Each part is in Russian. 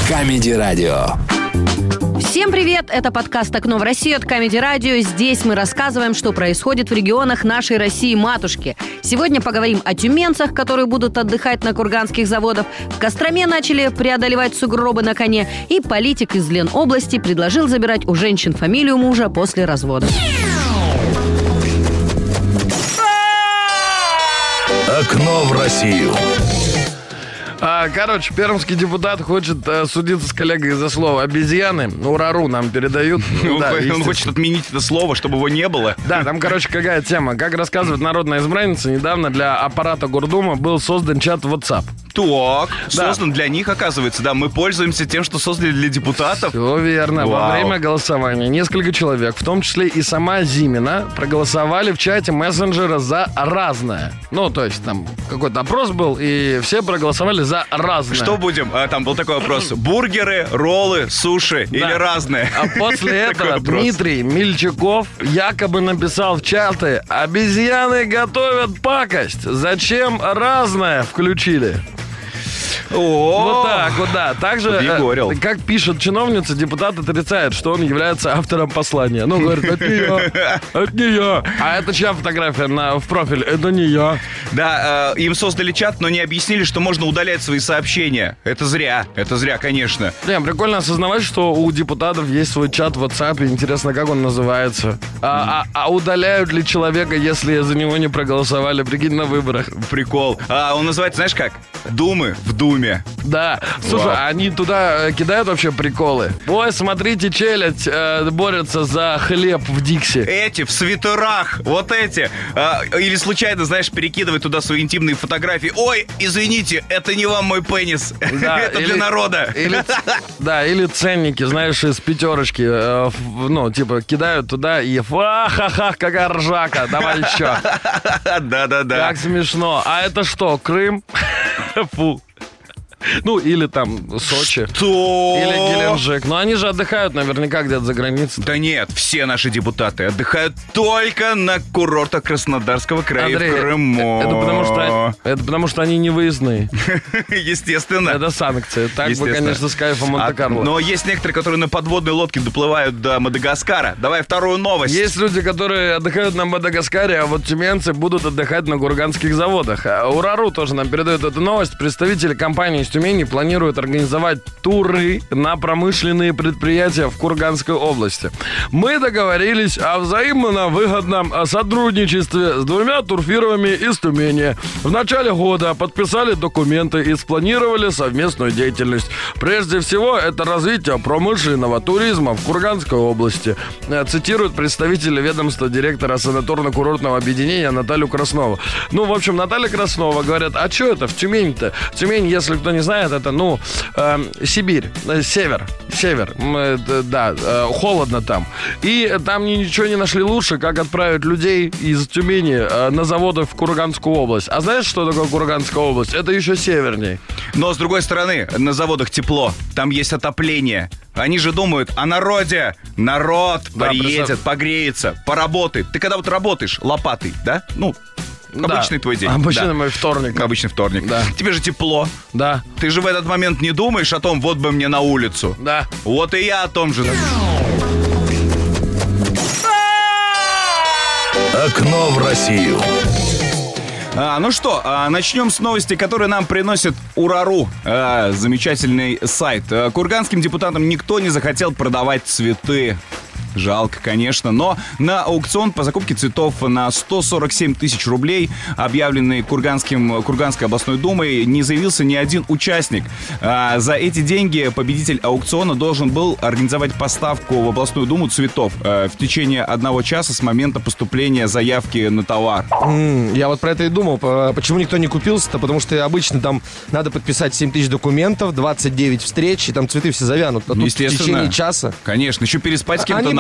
Камеди-радио. Всем привет! Это подкаст «Окно в Россию» от Камеди Радио. Здесь мы рассказываем, что происходит в регионах нашей России-матушки. Сегодня поговорим о тюменцах, которые будут отдыхать на курганских заводах. В Костроме начали преодолевать сугробы на коне. И политик из Ленобласти предложил забирать у женщин фамилию мужа после развода. Окно в Россию. Короче, пермский депутат хочет судиться с коллегой за слово «обезьяны». УРАРУ нам передают. Он хочет отменить это слово, чтобы его не было. Да, там, короче, какая тема. Как рассказывает народная избранница, недавно для аппарата Гордума был создан чат WhatsApp. Так, создан для них, оказывается, да. Мы пользуемся тем, что создали для депутатов. Все верно. Вау. Во время голосования несколько человек, в том числе и сама Зимина, проголосовали в чате мессенджера за разное. Ну, то есть там какой-то опрос был, и все проголосовали за разное. Что будем? Там был такой вопрос. Бургеры, роллы, суши или разные? А после этого Дмитрий Мельчаков якобы написал в чаты: «Обезьяны готовят пакость. Зачем разное включили?» Вот так вот, да. Также, как пишет чиновница, депутат отрицает, что он является автором послания. Ну, говорит, это не я. А это чья фотография в профиле? Это не я. Да, им создали чат, но не объяснили, что можно удалять свои сообщения. Это зря, конечно. Прикольно осознавать, что у депутатов есть свой чат в WhatsApp. Интересно, как он называется. А удаляют ли человека, если за него не проголосовали, прикинь, на выборах? Прикол. Он называется, знаешь как? Думы в Думе. Да. Слушай, они туда кидают вообще приколы. Ой, смотрите, челядь борется за хлеб в Дикси. Эти в свитерах, вот эти. Или случайно, знаешь, перекидывают туда свои интимные фотографии. Ой, извините, это не вам мой пенис. Да, это для народа. Или ценники, знаешь, из пятерочки. Ну, типа, кидают туда и ха-ха, какая ржака, давай еще. Да. Как смешно. А это что, Крым? Фу. Ну, или там Сочи. Что? Или Геленджик. Но они же отдыхают наверняка где-то за границей. Да нет, все наши депутаты отдыхают только на курортах Краснодарского края, Андрей, в Крыму. Это потому что они не выездные. Естественно. Это санкции. Так бы, конечно, с кайфом Монте-Карло. Но есть некоторые, которые на подводной лодке доплывают до Мадагаскара. Давай вторую новость. Есть люди, которые отдыхают на Мадагаскаре, а вот тюменцы будут отдыхать на курганских заводах. УРАРУ тоже нам передает эту новость. Представители компании из Тюмени планируют организовать туры на промышленные предприятия в Курганской области. Мы договорились о взаимно выгодном сотрудничестве с двумя турфирмами из Тюмени. В начале года подписали документы и спланировали совместную деятельность. Прежде всего, это развитие промышленного туризма в Курганской области, цитирует представитель ведомства директора санаторно-курортного объединения Наталью Краснову. Ну, в общем, Наталья Краснова говорит, а что это в Тюмени-то? Тюмень, если кто не знает, это, Сибирь, север, холодно там. И там ничего не нашли лучше, как отправить людей из Тюмени на заводы в Курганскую область. А знаешь, что такое Курганская область? Это еще северней. Но, с другой стороны, на заводах тепло, там есть отопление. Они же думают о народе. Народ приедет, погреется, поработает. Ты когда вот работаешь лопатой, да? Обычный твой день. Обычный мой вторник. Обычный вторник. Да. Тебе же тепло. Да. Ты же в этот момент не думаешь о том, вот бы мне на улицу. Да. Вот и я о том же. Окно в Россию. Ну что, начнем с новости, которые нам приносит УРАРУ. Замечательный сайт. Курганским депутатам никто не захотел продавать цветы. Жалко, конечно, но на аукцион по закупке цветов на 147 тысяч рублей, объявленный Курганской областной думой, не заявился ни один участник. За эти деньги победитель аукциона должен был организовать поставку в областную думу цветов в течение 1 часа с момента поступления заявки на товар. Я вот про это и думал. Почему никто не купился-то? Потому что обычно там надо подписать 7 тысяч документов, 29 встреч, и там цветы все завянут. А тут в течение часа. Конечно, еще переспать с кем-то надо.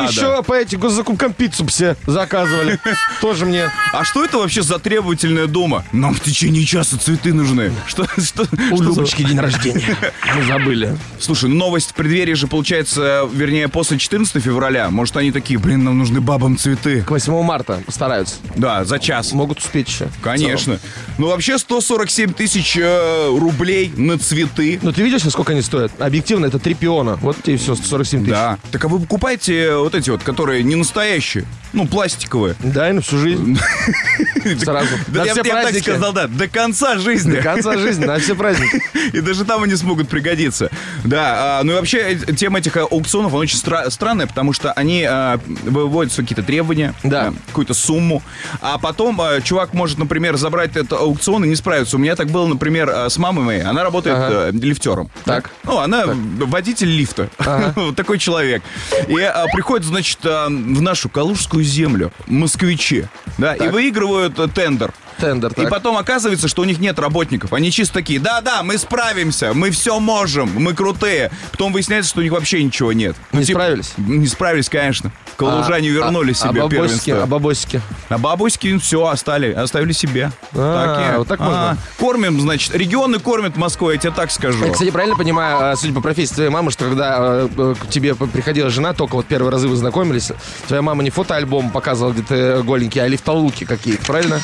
надо. еще по этим госзакупкам пиццу все заказывали. Тоже мне. А что это вообще за требовательная дума? Нам в течение часа цветы нужны. Что У за- Любочки день рождения. Мы забыли. Слушай, новость в преддверии же получается, вернее, после 14 февраля. Может, они такие, блин, нам нужны бабам цветы. К 8 марта постараются. Да, за час. Могут успеть еще. Конечно. Ну, вообще, 147 тысяч рублей на цветы. Ну, ты видишь, сколько они стоят? Объективно, это 3 пиона. Вот тебе и все, 147 тысяч. Да. Так а вы покупаете вот эти вот, которые не настоящие, ну, пластиковые. Да, и на всю жизнь. Сразу. Да, На я все так праздники. сказал, да, до конца жизни. До конца жизни, на все праздники. И даже там они смогут пригодиться. Да, ну и вообще тема этих аукционов, она очень странная, потому что они выводят какие-то требования, Да. какую-то сумму, а потом чувак может, например, забрать этот аукцион и не справиться. У меня так было, например, с мамой моей. Она работает лифтером. Так. Ну, она водитель лифта. Вот такой человек. И приходят, значит, в нашу Калужскую землю москвичи, да, и выигрывают тендер. Тендер, И так. потом оказывается, что у них нет работников. Они чисто такие, да-да, мы справимся, мы все можем, мы крутые. Потом выясняется, что у них вообще ничего нет. Не справились? Не справились, конечно. Калужане вернули себе первенство. А бабосики? А бабуськи все оставили себе. Такие. Вот так можно? Кормим, значит, регионы кормят Москвой, я тебе так скажу. Я, кстати, правильно понимаю, судя по профессии твоей мамы, что когда к тебе приходила жена, только вот первые разы вы знакомились, твоя мама не фотоальбом показывала, где ты голенький, а лифтолуки какие-то, правильно?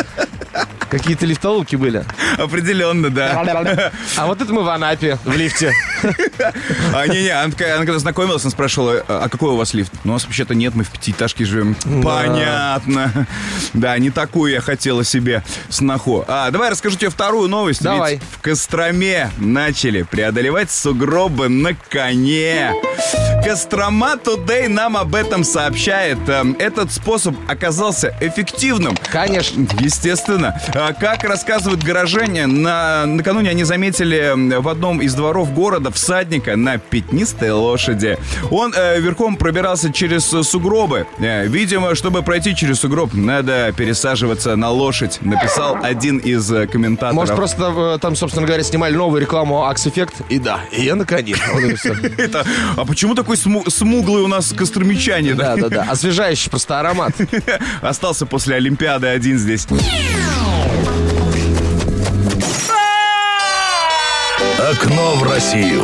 Какие-то лифтолуки были. Определенно, да. А вот это мы в Анапе, в лифте. Не-не, она когда знакомилась, она спрашивала, а какой у вас лифт? Ну, у нас вообще-то нет, мы в пятиэтажке живем. Понятно. Да, не такую я хотела себе сноху. Давай расскажу тебе вторую новость. Давай. Ведь в Костроме начали преодолевать сугробы на коне. Кострома Today нам об этом сообщает. Этот способ оказался эффективным. Конечно. Естественно. Как рассказывают горожане, накануне они заметили в одном из дворов города всадника на пятнистой лошади. Он верхом пробирался через сугробы. Видимо, чтобы пройти через сугроб, надо пересаживаться на лошадь, написал один из комментаторов. Может, просто там, собственно говоря, снимали новую рекламу Axe Effect, и да, и я на коне. Вот это все. А почему такой смуглый у нас костромичане? Да. Освежающий просто аромат. Остался после Олимпиады один здесь. Окно в Россию.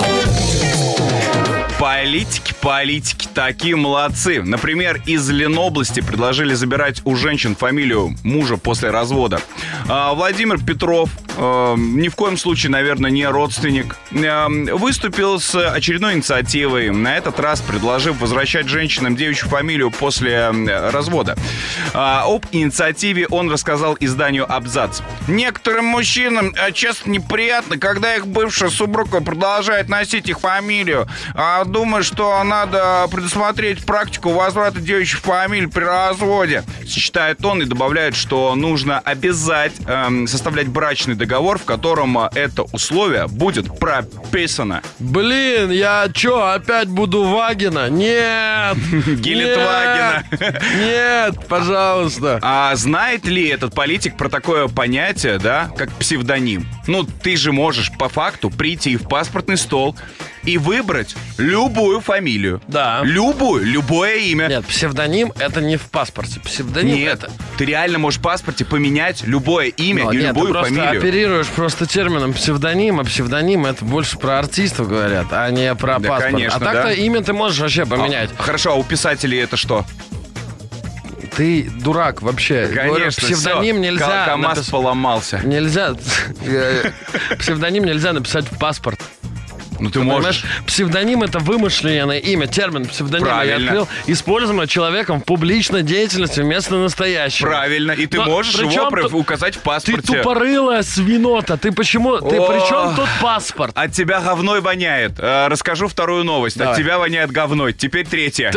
Политики такие молодцы. Например, из Ленобласти предложили забирать у женщин фамилию мужа после развода. Владимир Петров, ни в коем случае, наверное, не родственник, выступил с очередной инициативой, на этот раз предложив возвращать женщинам девичью фамилию после развода. Об инициативе он рассказал изданию «Абзац». Некоторым мужчинам часто неприятно, когда их бывшая супруга продолжает носить их фамилию. Думаю, что надо предусмотреть практику возврата девичьих фамилий при разводе, считает он, и добавляет, что нужно обязать составлять брачный договор, в котором это условие будет прописано. Блин, я чё, опять буду Вагина? Нет! Гелендвагена. Нет, пожалуйста. А знает ли этот политик про такое понятие, да, как псевдоним? Ну, ты же можешь по факту прийти в паспортный стол и выбрать любую фамилию. Да. Любое имя. Нет, псевдоним это не в паспорте. Псевдоним Нет, это... ты реально можешь в паспорте поменять любое имя и Нет, любую ты просто фамилию. оперируешь просто термином псевдоним, а псевдоним это больше про артистов говорят, а не про Да, паспорт. конечно, а так-то да. имя ты можешь вообще поменять. Хорошо, а у писателей это что? Ты дурак вообще. Говорю, Конечно, псевдоним всё, нельзя КамАЗ поломался. Нельзя. Псевдоним нельзя написать в паспорт. Ну ты можешь. Понимаешь? Псевдоним — это вымышленное имя. Термин псевдоним я Правильно. открыл. Используемый человеком в публичной деятельности вместо настоящего. Правильно. И ты Но можешь его причем тут- указать в Ты паспорте. тупорылая свинота. Ты почему? Ты О. при чем тут паспорт? От тебя говной воняет. Расскажу вторую новость. Давай. От тебя воняет говной. Теперь третья.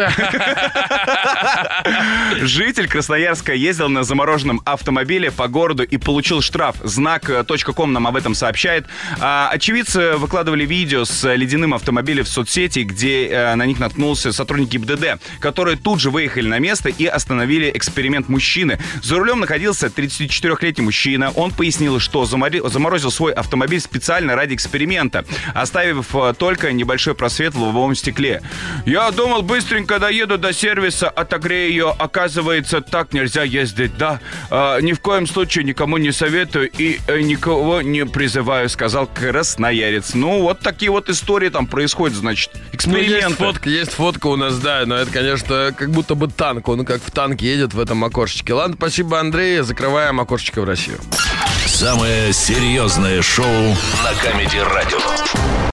Житель Красноярска ездил на замороженном автомобиле по городу и получил штраф. Знак.ком нам об этом сообщает. Очевидцы выкладывали видео с с ледяным автомобилем в соцсети, где на них наткнулся сотрудник ГИБДД, которые тут же выехали на место и остановили эксперимент мужчины. За рулем находился 34-летний мужчина. Он пояснил, что заморозил свой автомобиль специально ради эксперимента, оставив только небольшой просвет в лобовом стекле. «Я думал, быстренько доеду до сервиса, отогрею ее. Оказывается, так нельзя ездить, да? Ни в коем случае никому не советую и никого не призываю», сказал красноярец. Ну, вот такие вот истории там происходят, значит, эксперименты. Ну, есть фотка у нас, да, но это, конечно, как будто бы танк. Он как в танке едет в этом окошечке. Ладно, спасибо, Андрей. Закрываем окошечко в Россию. Самое серьезное шоу на Камеди Радио.